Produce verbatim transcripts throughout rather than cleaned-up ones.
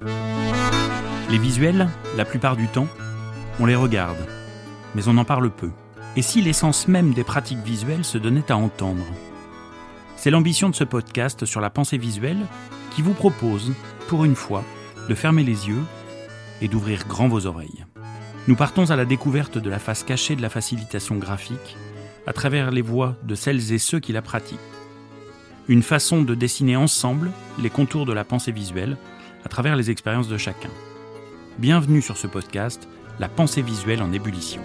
Les visuels, la plupart du temps, on les regarde, mais on en parle peu. Et si l'essence même des pratiques visuelles se donnait à entendre ? C'est l'ambition de ce podcast sur la pensée visuelle qui vous propose, pour une fois, de fermer les yeux et d'ouvrir grand vos oreilles. Nous partons à la découverte de la face cachée de la facilitation graphique à travers les voix de celles et ceux qui la pratiquent. Une façon de dessiner ensemble les contours de la pensée visuelle à travers les expériences de chacun. Bienvenue sur ce podcast, La pensée visuelle en ébullition.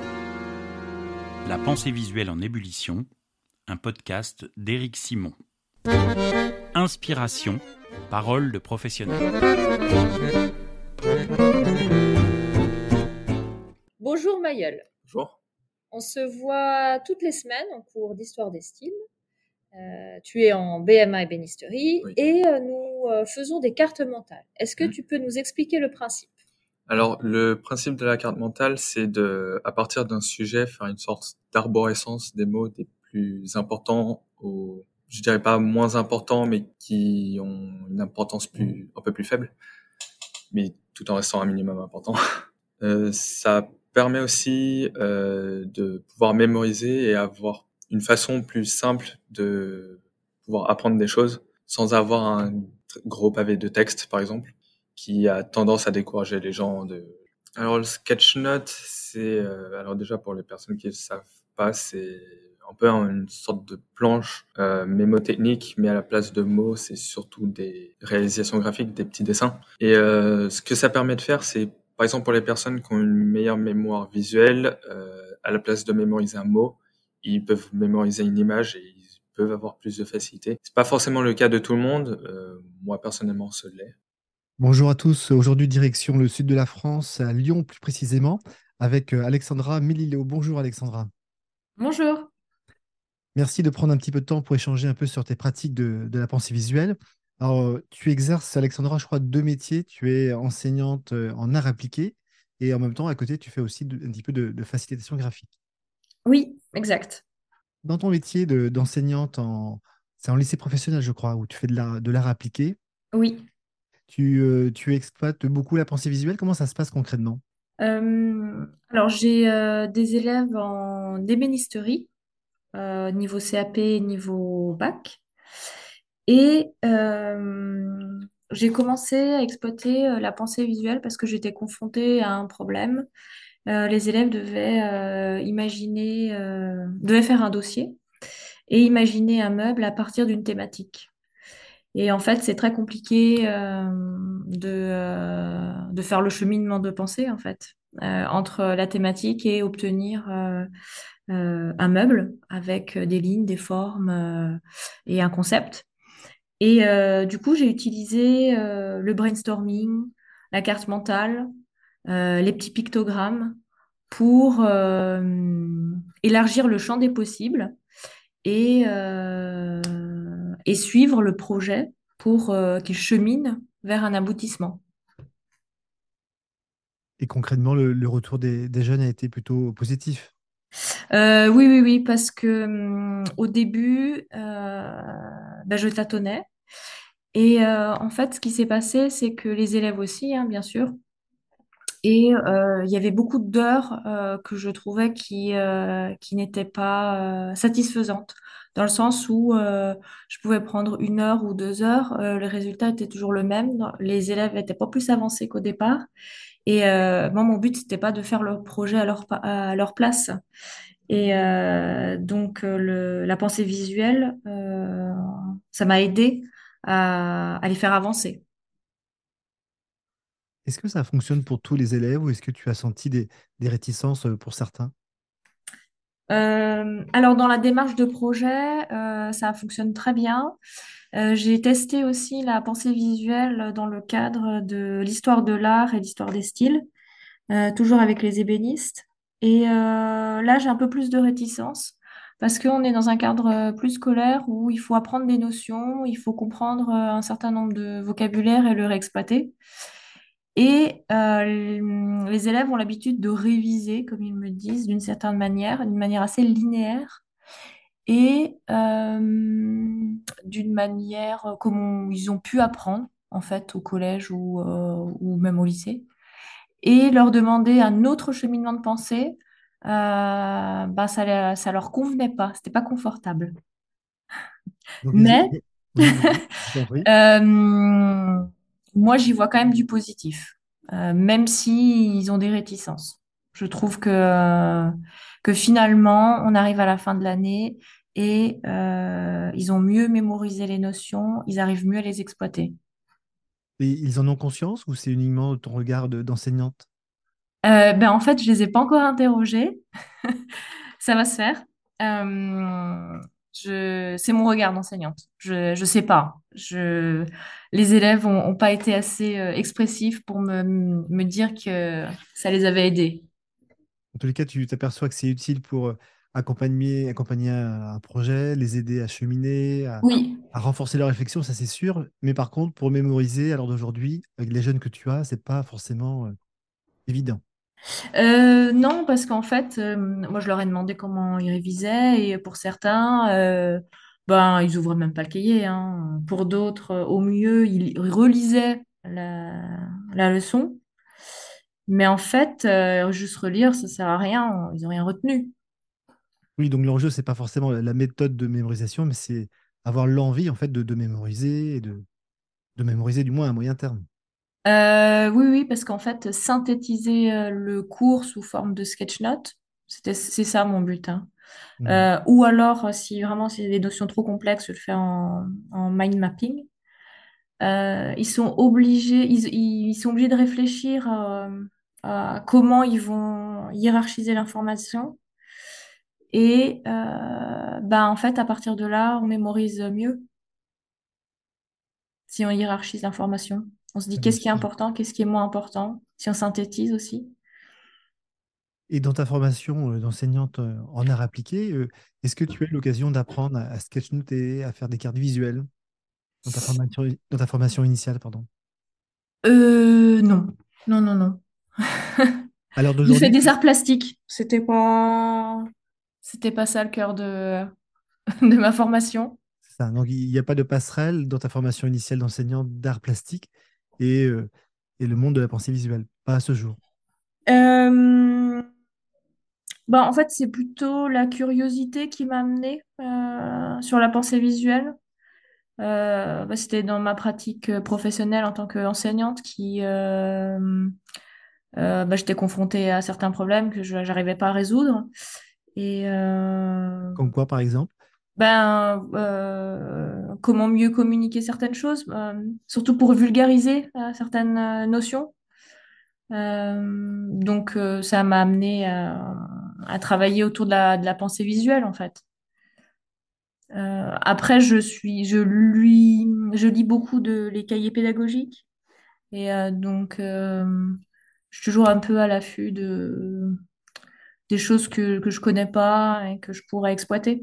La pensée visuelle en ébullition, un podcast d'Éric Simon. Inspiration, parole de professionnel. Bonjour Maïeul. Bonjour. On se voit toutes les semaines en cours d'histoire des styles. Euh, tu es en B M A ébénisterie Oui. et euh, nous euh, faisons des cartes mentales. Est-ce que Mmh. tu peux nous expliquer le principe ? Alors, le principe de la carte mentale, c'est de, à partir d'un sujet, faire une sorte d'arborescence des mots des plus importants aux, je dirais pas moins importants, mais qui ont une importance plus, un peu plus faible, mais tout en restant un minimum important. Euh, ça permet aussi euh, de pouvoir mémoriser et avoir une façon plus simple de pouvoir apprendre des choses sans avoir un tr- gros pavé de texte, par exemple, qui a tendance à décourager les gens de... Alors, le sketchnote, c'est... euh, alors déjà, pour les personnes qui ne savent pas, c'est un peu une sorte de planche euh, mémotechnique, mais à la place de mots, c'est surtout des réalisations graphiques, des petits dessins. Et euh, ce que ça permet de faire, c'est, par exemple, pour les personnes qui ont une meilleure mémoire visuelle, euh, à la place de mémoriser un mot, ils peuvent mémoriser une image et ils peuvent avoir plus de facilité. C'est pas forcément le cas de tout le monde. Euh, moi, personnellement, ce l'est. Bonjour à tous. Aujourd'hui, direction le sud de la France, à Lyon plus précisément, avec euh, Alexandra Melillo. Bonjour Alexandra. Bonjour. Merci de prendre un petit peu de temps pour échanger un peu sur tes pratiques de, de la pensée visuelle. Alors, euh, tu exerces, Alexandra, je crois, deux métiers. Tu es enseignante euh, en art appliqué et en même temps, à côté, tu fais aussi de- un petit peu de, de facilitation graphique. Oui, exact. Dans ton métier de- d'enseignante, en, c'est en lycée professionnel, je crois, où tu fais de l'art, de l'art appliqué. Oui. Tu, euh, tu exploites beaucoup la pensée visuelle. Comment ça se passe concrètement? Euh, alors, j'ai euh, des élèves en ébénisterie, euh, niveau C A P et niveau bac. Et euh, j'ai commencé à exploiter euh, la pensée visuelle parce que j'étais confrontée à un problème. Euh, les élèves devaient euh, imaginer, euh, devaient faire un dossier et imaginer un meuble à partir d'une thématique. Et en fait, c'est très compliqué euh, de, euh, de faire le cheminement de pensée, en fait, euh, entre la thématique et obtenir euh, euh, un meuble avec des lignes, des formes euh, et un concept. Et euh, du coup, j'ai utilisé euh, le brainstorming, la carte mentale, euh, les petits pictogrammes pour euh, élargir le champ des possibles et, euh, et suivre le projet pour euh, qu'il chemine vers un aboutissement. Et concrètement, le, le retour des, des jeunes a été plutôt positif. Euh, oui, oui, oui, parce que hum, au début, euh, ben, je tâtonnais. Et euh, en fait, ce qui s'est passé, c'est que les élèves aussi, hein, bien sûr, et euh, il y avait beaucoup d'heures euh, que je trouvais qui, euh, qui n'étaient pas euh, satisfaisantes, dans le sens où euh, je pouvais prendre une heure ou deux heures, euh, le résultat était toujours le même, les élèves n'étaient pas plus avancés qu'au départ, et euh, moi, mon but, c'était pas de faire leur projet à leur, pa- à leur place. Et euh, donc, euh, le, la pensée visuelle, euh, ça m'a aidé à, à les faire avancer. Est-ce que ça fonctionne pour tous les élèves ou est-ce que tu as senti des, des réticences euh, pour certains? Euh, alors, dans la démarche de projet, euh, ça fonctionne très bien. Euh, j'ai testé aussi la pensée visuelle dans le cadre de l'histoire de l'art et l'histoire des styles, euh, toujours avec les ébénistes. Et euh, là, j'ai un peu plus de réticence parce qu'on est dans un cadre euh, plus scolaire où il faut apprendre des notions, il faut comprendre euh, un certain nombre de vocabulaire et le réexploiter. Et euh, les élèves ont l'habitude de réviser, comme ils me disent, d'une certaine manière, d'une manière assez linéaire et euh, d'une manière comme on- ils ont pu apprendre. en fait, au collège ou, euh, ou même au lycée, et leur demander un autre cheminement de pensée, euh, bah, ça, ne- ça leur convenait pas, c'était pas confortable. Donc, ils- Mais ils- oui, vas-y, je t'en prie. euh, moi, j'y vois quand même du positif, euh, même si ils ont des réticences. Je trouve que, euh, que finalement, on arrive à la fin de l'année et euh, ils ont mieux mémorisé les notions, ils arrivent mieux à les exploiter. Et ils en ont conscience ou c'est uniquement ton regard de- d'enseignante? Euh, ben, en fait, je les ai pas encore interrogés. Ça va se faire. Euh, je, c'est mon regard d'enseignante. Je, je sais pas. Je, les élèves ont, ont pas été assez euh, expressifs pour me, me dire que ça les avait aidés. En tous les cas, tu t'aperçois que c'est utile pour euh, accompagner, accompagner un, un projet, les aider à cheminer, à, Oui. à renforcer leur réflexion, ça c'est sûr. Mais par contre, pour mémoriser, à l'heure d'aujourd'hui, avec les jeunes que tu as, c'est pas forcément euh, évident. Euh, non, parce qu'en fait, euh, moi, je leur ai demandé comment ils révisaient et pour certains, euh, ben, ils ouvraient même pas le cahier, hein. Pour d'autres, euh, au mieux, ils relisaient la, la leçon. Mais en fait, euh, juste relire, ça sert à rien. Ils ont rien retenu. Oui, donc l'enjeu, c'est pas forcément la la méthode de mémorisation, mais c'est avoir l'envie en fait de, de mémoriser et de, de mémoriser du moins à moyen terme. Euh, oui, oui, parce qu'en fait, synthétiser euh, le cours sous forme de sketch note, c'était, c'est ça mon but, hein. Mhm. Euh, ou alors, euh, si vraiment c'est des notions trop complexes, je le fais en, en mind mapping. Euh, ils sont obligés, ils, ils sont obligés de réfléchir euh, à comment ils vont hiérarchiser l'information. Et euh, ben, en fait, à partir de là, on mémorise mieux si on hiérarchise l'information. On se dit Ah, bien qu'est-ce qui est sûr. important, qu'est-ce qui est moins important, si on synthétise aussi. Et dans ta formation euh, d'enseignante euh, en arts appliqués, euh, est-ce que tu as eu l'occasion d'apprendre à, à sketchnoter, à faire des cartes visuelles dans ta formation, dans ta formation initiale, pardon? Euh, non, non, non, non. À l'heure J'ai fait d'aujourd'hui, des arts plastiques. C'était pas, c'était pas ça le cœur de, de ma formation. c'est ça. Donc, il n'y a pas de passerelle dans ta formation initiale d'enseignante d'art plastique et, euh, et le monde de la pensée visuelle. Pas à ce jour. Euh, bah, en fait, c'est plutôt la curiosité qui m'a amenée euh, sur la pensée visuelle. Euh, bah, c'était dans ma pratique euh, professionnelle en tant qu'enseignante qui, euh, euh, bah, j'étais confrontée à certains problèmes que je n'arrivais pas à résoudre. Et euh, Comme quoi, par exemple? ben, euh, comment mieux communiquer certaines choses, euh, surtout pour vulgariser euh, certaines euh, notions. Euh, donc, euh, ça m'a amené à, à travailler autour de la, de la pensée visuelle, en fait. Euh, après, je suis, je lui, je lis beaucoup de les cahiers pédagogiques et euh, donc euh, je suis toujours un peu à l'affût de des choses que que je connais pas et que je pourrais exploiter.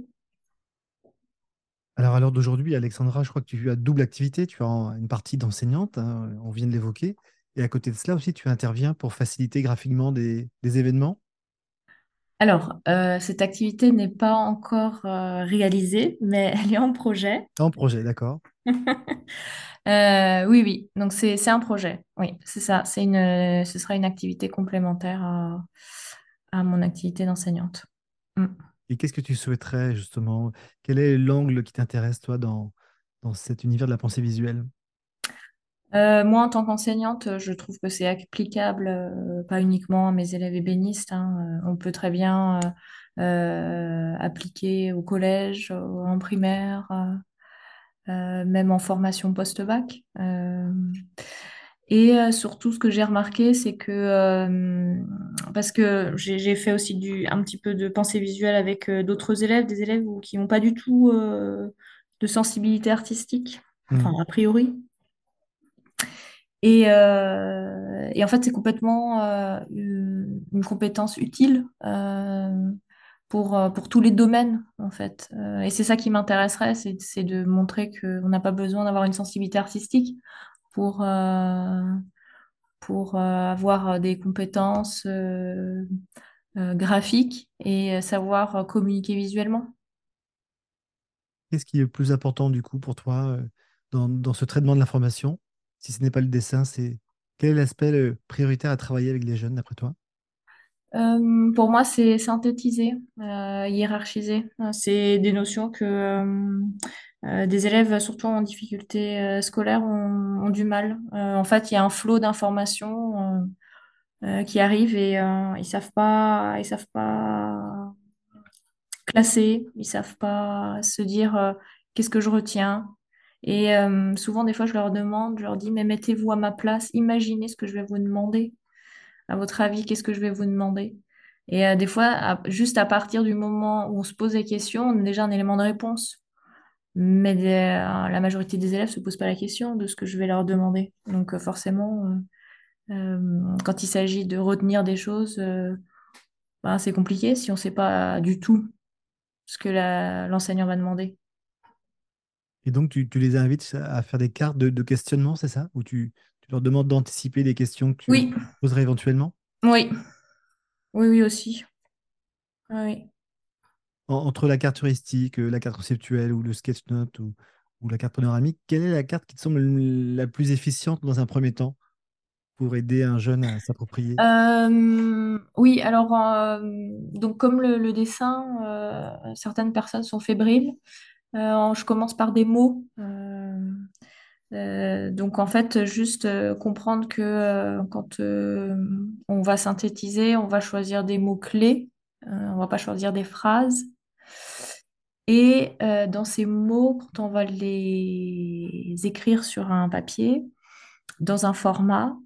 Alors, à l'heure d'aujourd'hui, Alexandra, je crois que tu as double activité. Tu as en- une partie d'enseignante, hein, on vient de l'évoquer. Et à côté de cela aussi, tu interviens pour faciliter graphiquement des, des événements. Alors, euh, cette activité n'est pas encore euh, réalisée, mais elle est en projet. En projet, d'accord. Euh, oui, oui. Donc c'est c'est un projet. Oui, c'est ça. C'est une, ce sera une activité complémentaire à, à mon activité d'enseignante. Mm. Et qu'est-ce que tu souhaiterais justement? Quel est l'angle qui t'intéresse, toi, dans, dans cet univers de la pensée visuelle? Euh, moi, en tant qu'enseignante, je trouve que c'est applicable, euh, pas uniquement à mes élèves ébénistes, hein. Euh, on peut très bien euh, euh, appliquer au collège, au- en primaire, euh, euh, même en formation post-bac. Euh, et euh, surtout, ce que j'ai remarqué, c'est que, euh, parce que j'ai j'ai fait aussi du, un petit peu de pensée visuelle avec euh, d'autres élèves, des élèves où- qui n'ont pas du tout euh, de sensibilité artistique, enfin, Hmm. a priori. Et, euh, et en fait, c'est complètement euh, une, une compétence utile euh, pour, euh, pour tous les domaines, en fait. Euh, et c'est ça qui m'intéresserait, c'est, c'est de montrer qu'on n'a pas besoin d'avoir une sensibilité artistique pour, euh, pour euh, avoir des compétences euh, euh, graphiques et savoir euh, communiquer visuellement. Qu'est-ce qui est le plus important du coup pour toi euh, dans, dans ce traitement de l'information? Si ce n'est pas le dessin, c'est quel est l'aspect euh, prioritaire à travailler avec les jeunes, d'après toi? Euh, pour moi, c'est synthétiser, euh, hiérarchiser. Euh, C'est des notions que euh, euh, des élèves, surtout en difficulté euh, scolaire, ont, ont du mal. Euh, en fait, il y a un flot d'informations euh, euh, qui arrivent et euh, ils savent pas, ils savent pas classer, ils savent pas se dire euh, qu'est-ce que je retiens. Et euh, souvent, des fois, je leur demande, je leur dis, mais mettez-vous à ma place, imaginez ce que je vais vous demander. À votre avis, qu'est-ce que je vais vous demander? Et euh, des fois, à- juste à partir du moment où on se pose des questions, on a déjà un élément de réponse. Mais des- euh, la majorité des élèves se posent pas la question de ce que je vais leur demander. Donc euh, forcément, euh, euh, quand il s'agit de retenir des choses, euh, ben, c'est compliqué si on ne sait pas du tout ce que la- l'enseignant va demander. Et donc, tu, tu les invites à faire des cartes de, de questionnement, c'est ça? Ou tu, tu leur demandes d'anticiper des questions que tu Oui, poserais éventuellement? oui, oui, oui aussi. Oui. En- entre la carte heuristique, euh, la carte conceptuelle ou le sketch note ou, ou la carte panoramique, quelle est la carte qui te semble la plus efficiente dans un premier temps pour aider un jeune à s'approprier? Euh, oui, alors euh, donc comme le, le dessin, euh, certaines personnes sont fébriles. Euh, je commence par des mots. Euh, euh, donc en fait, juste euh, comprendre que euh, quand euh, on va synthétiser, on va choisir des mots clés. Euh, on va pas choisir des phrases. Et euh, dans ces mots, quand on va les écrire sur un papier, dans un format,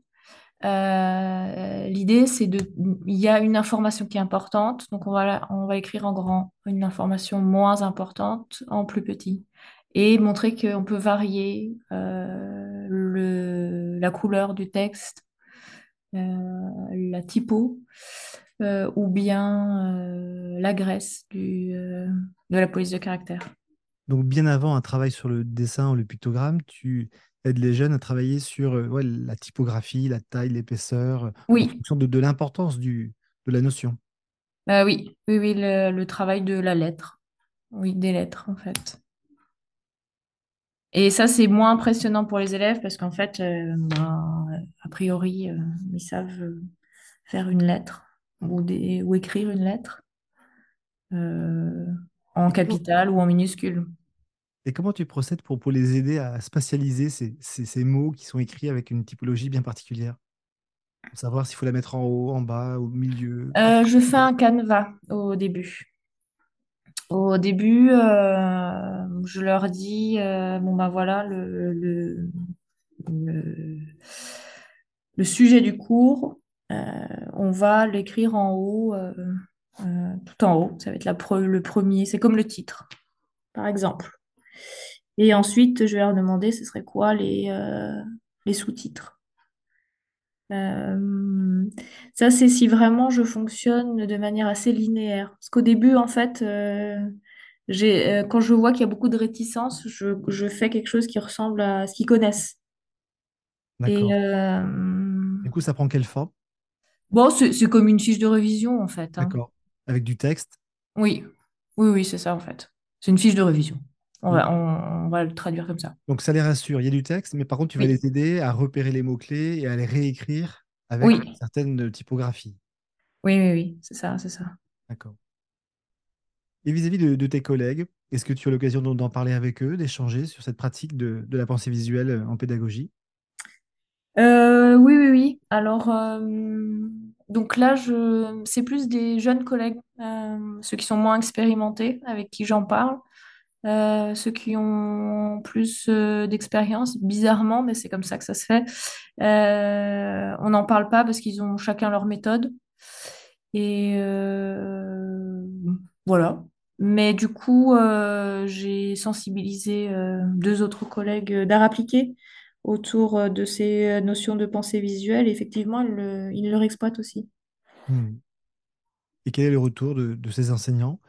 euh, l'idée, c'est de, il y a une information qui est importante, donc on va, la- on va écrire en grand, une information moins importante en plus petit, et montrer qu'on peut varier euh, le, la couleur du texte, euh, la typo, euh, ou bien euh, la graisse du, euh, de la police de caractère. Donc, bien avant un travail sur le dessin ou le pictogramme, tu aides les jeunes à travailler sur euh, ouais, la typographie, la taille, l'épaisseur, euh, en Oui, fonction de, de l'importance du, de la notion. euh, oui, oui, oui, le, le travail de la lettre, oui, des lettres en fait. Et ça, c'est moins impressionnant pour les élèves parce qu'en fait, euh, ben, a priori, euh, ils savent euh, faire une lettre ou, des, ou écrire une lettre euh, en Et comment, capitale ou en minuscule. et comment tu procèdes pour, pour les aider à spatialiser ces, ces- ces mots qui sont écrits avec une typologie bien particulière? Pour savoir s'il faut la mettre en haut, en bas, au milieu. Euh, je fais un canevas au début. Au début, euh, je leur dis, euh, bon ben voilà, le, le, le, le sujet du cours, euh, on va l'écrire en haut, euh, euh, tout en haut. Ça va être la pre- le premier, c'est comme le titre, par exemple. Et ensuite, je vais leur demander, ce serait quoi les, euh, les sous-titres. Euh, ça, c'est si vraiment je fonctionne de manière assez linéaire. Parce qu'au début, en fait, euh, j'ai, euh, quand je vois qu'il y a beaucoup de réticence, je, je fais quelque chose qui ressemble à ce qu'ils connaissent. Et D'accord. euh, Du coup, ça prend quelle forme? bon, c'est c'est comme une fiche de révision, en fait, hein. D'accord. Avec du texte. Oui, oui, oui, c'est ça, en fait. C'est une fiche de révision. On Donc, va, on, on va le traduire comme ça. donc ça les rassure. Il y a du texte, mais par contre, tu vas Oui, les aider à repérer les mots-clés et à les réécrire avec oui, une certaine typographie. oui, oui, oui, c'est ça, c'est ça. D'accord. Et vis-à-vis de, de tes collègues, est-ce que tu as l'occasion d'en d'en parler avec eux, d'échanger sur cette pratique de, de la pensée visuelle euh, en pédagogie? Euh, oui, oui, oui. Alors, euh, donc là, je, c'est plus des jeunes collègues, euh, ceux qui sont moins expérimentés, avec qui j'en parle. Euh, ceux qui ont plus euh, d'expérience, bizarrement, mais c'est comme ça que ça se fait. Euh, on n'en parle pas parce qu'ils ont chacun leur méthode. Et euh, voilà. Mais du coup, euh, j'ai sensibilisé euh, deux autres collègues d'art appliqué autour euh, de ces euh, notions de pensée visuelle. Et effectivement, ils le, ils leur exploitent aussi. Hmm. Et quel est le retour de, de ces enseignants?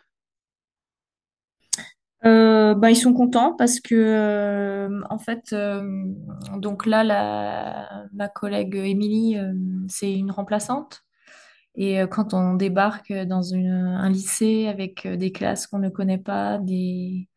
Euh, bah, ils sont contents parce que, euh, en fait, euh, donc là, la, ma collègue Émilie, euh, c'est une remplaçante. Et euh, quand on débarque dans une- un lycée avec euh, des classes qu'on ne connaît pas, des,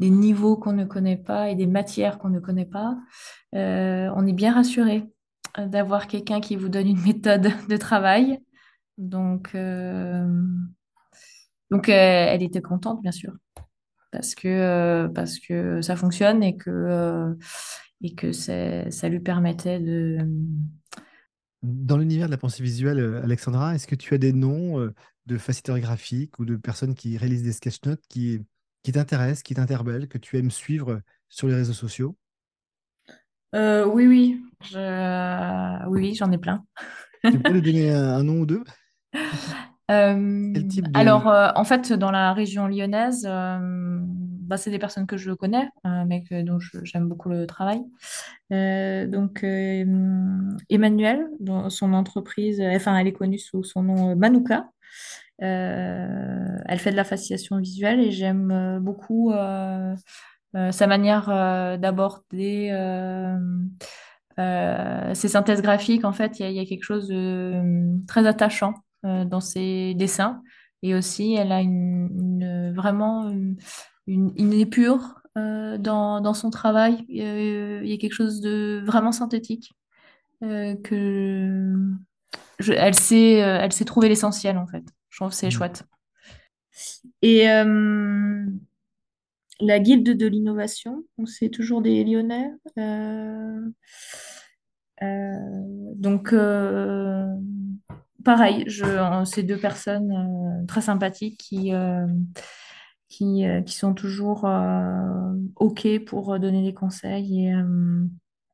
des niveaux qu'on ne connaît pas et des matières qu'on ne connaît pas, euh, on est bien rassuré euh, d'avoir quelqu'un qui vous donne une méthode de travail. Donc, euh, donc euh, elle était contente, bien sûr, parce que, euh, parce que ça fonctionne et que, euh, et que c'est- ça lui permettait de... Dans l'univers de la pensée visuelle, euh, Alexandra, est-ce que tu as des noms euh, de facilitateurs graphiques ou de personnes qui réalisent des sketch notes qui, qui t'intéressent, qui t'interpellent, que tu aimes suivre sur les réseaux sociaux? Euh, oui, oui, je... oui, oui, j'en ai plein. Tu peux nous donner un, un nom ou deux? Quel Euh, type de... alors, euh, en fait, dans la région lyonnaise, euh, bah, c'est des personnes que je connais, euh, mais que, dont je- j'aime beaucoup le travail. Euh, donc, euh, Emmanuel, dont son entreprise, euh, enfin, elle est connue sous son nom euh, Manuka. Euh, elle fait de la fascination visuelle et j'aime euh, beaucoup euh, euh, sa manière euh, d'aborder euh, euh, ses synthèses graphiques. En fait, il y, a il y a quelque chose de euh, très attachant euh, dans ses dessins. Et aussi, elle a une, une- vraiment une, une, une épure euh, dans, dans son travail. Euh, il y a quelque chose de vraiment synthétique euh, que je- elle sait, euh, elle sait trouver l'essentiel, en fait. Je trouve que c'est Hmm. chouette. Et euh, la Guilde de l'innovation, donc c'est toujours des Lyonnais. Euh, euh, donc, euh, pareil, je, ces deux personnes euh, très sympathiques qui, euh, qui, euh, qui sont toujours euh, OK pour donner des conseils et, euh,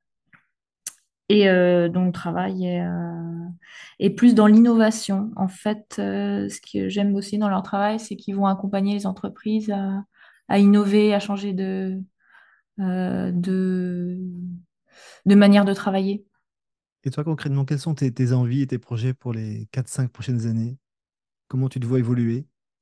et euh, dont le travail est, euh, est plus dans l'innovation. En fait, euh, ce que j'aime aussi dans leur travail, c'est qu'ils vont accompagner les entreprises à, à innover, à changer de, euh, de, de manière de travailler. Et toi, concrètement, quelles sont tes, tes envies et tes projets pour les quatre cinq prochaines années? Comment tu te vois évoluer?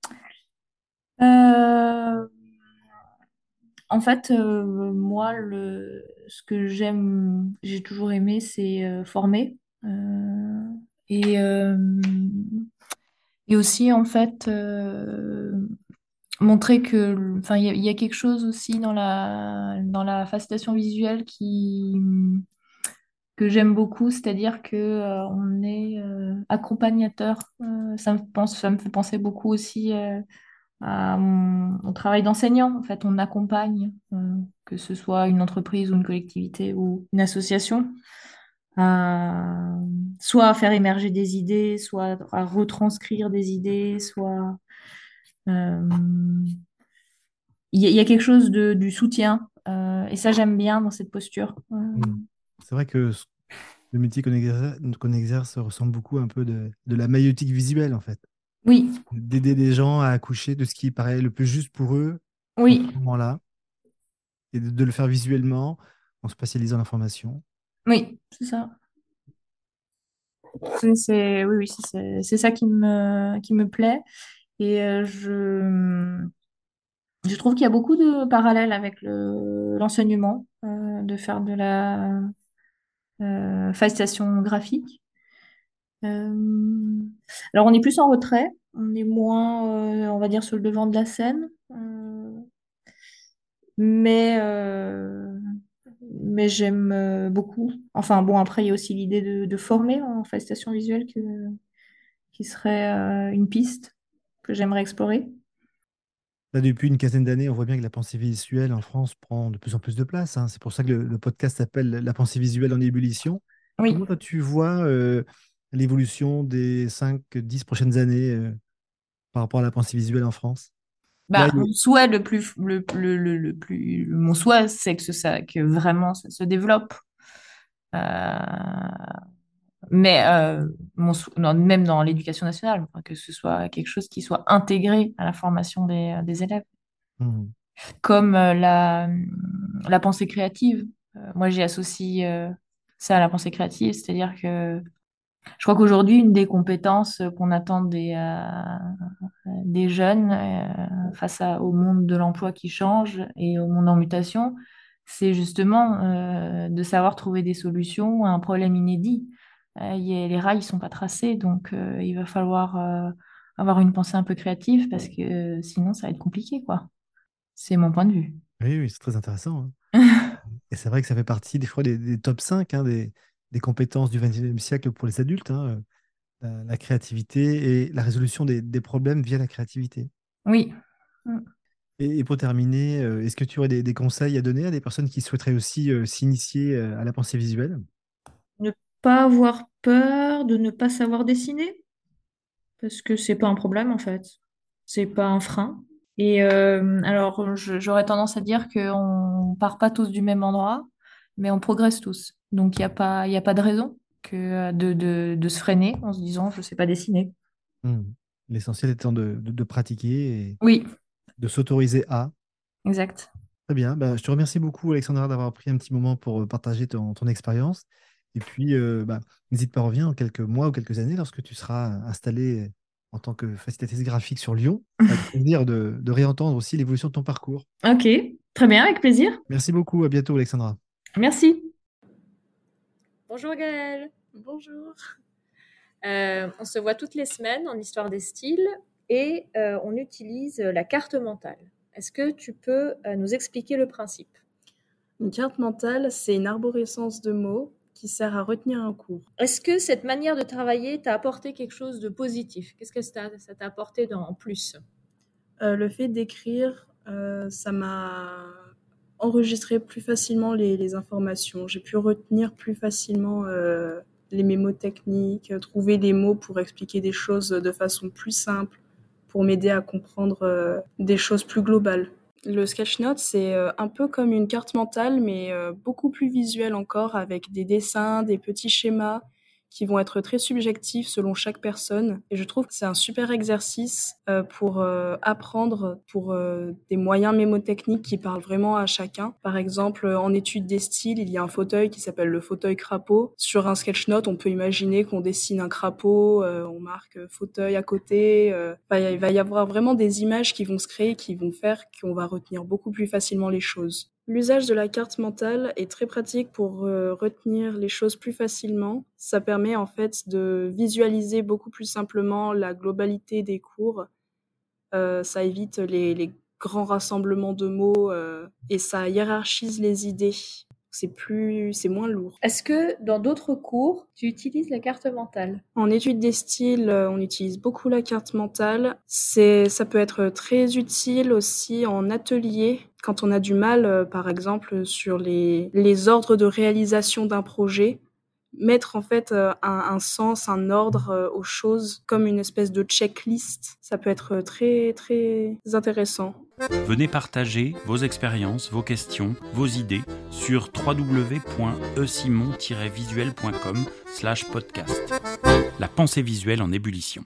Euh, En fait, euh, moi, le, ce que j'aime, j'ai toujours aimé, c'est euh, former. Euh, et, euh, et aussi, en fait, euh, montrer que, enfin, il y, a il y a quelque chose aussi dans la, dans la facilitation visuelle qui, que j'aime beaucoup, c'est-à-dire que euh, on est euh, accompagnateur. Euh, ça me pense, ça me fait penser beaucoup aussi euh, à mon, au travail d'enseignant. En fait, on accompagne, euh, que ce soit une entreprise ou une collectivité ou une association, à, soit à faire émerger des idées, soit à retranscrire des idées, soit euh, il y, a il y a quelque chose de, du soutien. Euh, et ça, j'aime bien dans cette posture. Euh, Hmm. C'est vrai que ce- le métier qu'on exerce, qu'on exerce ressemble beaucoup un peu de, de la maïeutique visuelle, en fait. oui, D'aider les gens à accoucher de ce qui paraît le plus juste pour eux en ce oui, moment-là, et de, de le faire visuellement en spatialisant l'information. oui, c'est ça. C'est, c'est- oui, oui, c'est c'est- c'est ça qui me, qui me plaît. Et euh, je, je trouve qu'il y a beaucoup de parallèles avec le, l'enseignement, euh, de faire de la euh, facilitation graphique. Euh, alors, on est plus en retrait, on est moins, euh, on va dire, sur le devant de la scène. Euh, mais euh, mais j'aime euh, beaucoup. Enfin, bon, après, il y a aussi l'idée de, de former en facilitation visuelle que, qui serait euh, une piste que j'aimerais explorer. Là, depuis une quinzaine d'années, on voit bien que la pensée visuelle en France prend de plus en plus de place, hein. C'est pour ça que le, le podcast s'appelle La pensée visuelle en ébullition. Oui. Comment toi, tu vois euh, l'évolution des cinq dix prochaines années euh, par rapport à la pensée visuelle en France? Là, Bah, il y a- mon souhait le plus, le, le, le, le plus, mon souhait, c'est que ça, que vraiment ça se développe. Euh, mais euh, mon sou- non, même dans l'éducation nationale, enfin, que ce soit quelque chose qui soit intégré à la formation des, des élèves, Hmm. comme euh, la, la pensée créative. Euh, moi, j'y associe euh, ça à la pensée créative, c'est-à-dire que je crois qu'aujourd'hui, une des compétences qu'on attend des, euh, des jeunes euh, face à- au monde de l'emploi qui change et au monde en mutation, c'est justement euh, de savoir trouver des solutions à un problème inédit. Euh, il y a- les rails ne sont pas tracés, donc euh, il va falloir euh, avoir une pensée un peu créative parce que euh, sinon ça va être compliqué, quoi. C'est mon point de vue. Oui, oui, c'est très intéressant, hein. Et c'est vrai que ça fait partie des fois des, des top cinq, hein, des, des compétences du vingtième siècle pour les adultes, hein, la, la créativité et la résolution des, des problèmes via la créativité. Oui. Et, et pour terminer, euh, est-ce que tu aurais des, des conseils à donner à des personnes qui souhaiteraient aussi euh, s'initier euh, à la pensée visuelle? Ne pas avoir peur de ne pas savoir dessiner, parce que c'est pas un problème en fait. C'est pas un frein. Et euh, alors, je- j'aurais tendance à dire qu'on part pas tous du même endroit, mais on progresse tous. Donc, il n'y a pas, il y a pas de raison que de, de, de se freiner en se disant, je sais pas dessiner. Hmm. L'essentiel étant de, de- de pratiquer et Oui, de s'autoriser à. exact. Très bien. Bah, je te remercie beaucoup, Alexandra, d'avoir pris un petit moment pour euh, partager ton, ton expérience. Et puis, euh, bah, n'hésite pas à revenir en quelques mois ou quelques années lorsque tu seras installé en tant que facilitatrice graphique sur Lyon, avec plaisir de, de réentendre aussi l'évolution de ton parcours. Ok, très bien, avec plaisir. Merci beaucoup. À bientôt, Alexandra. Merci. Bonjour Gaëlle. Bonjour. Euh, on se voit toutes les semaines en Histoire des styles et euh, on utilise la carte mentale. Est-ce que tu peux euh, nous expliquer le principe? Une carte mentale, c'est une arborescence de mots qui sert à retenir un cours. Est-ce que cette manière de travailler t'a apporté quelque chose de positif? Qu'est-ce que ça t'a, ça t'a apporté en plus? Euh, le fait d'écrire, euh, ça m'a enregistré plus facilement les, les informations. J'ai pu retenir plus facilement euh, les mémotechniques, trouver des mots pour expliquer des choses de façon plus simple, pour m'aider à comprendre euh, des choses plus globales. Le sketchnote, c'est euh, un peu comme une carte mentale, mais euh, beaucoup plus visuel encore, avec des dessins, des petits schémas qui vont être très subjectifs selon chaque personne. Et je trouve que c'est un super exercice euh, pour euh, apprendre, pour euh, des moyens mémotechniques qui parlent vraiment à chacun. Par exemple, en étude des styles, il y a un fauteuil qui s'appelle le fauteuil crapaud. Sur un sketchnote, on peut imaginer qu'on dessine un crapaud, euh, on marque fauteuil à côté. Euh, enfin, il va y avoir vraiment des images qui vont se créer, qui vont faire qu'on va retenir beaucoup plus facilement les choses. L'usage de la carte mentale est très pratique pour euh, retenir les choses plus facilement. Ça permet en fait de visualiser beaucoup plus simplement la globalité des cours. Euh, ça évite les, les grands rassemblements de mots euh, et ça hiérarchise les idées. C'est plus, c'est moins lourd. Est-ce que dans d'autres cours, tu utilises la carte mentale? En étude des styles, on utilise beaucoup la carte mentale. C'est, ça peut être très utile aussi en atelier, quand on a du mal, par exemple, sur les, les ordres de réalisation d'un projet. Mettre en fait un, un sens, un ordre aux choses, comme une espèce de checklist, ça peut être très très intéressant. Venez partager vos expériences, vos questions, vos idées sur w w w point e simon tiret visuel point com slash podcast. La pensée visuelle en ébullition.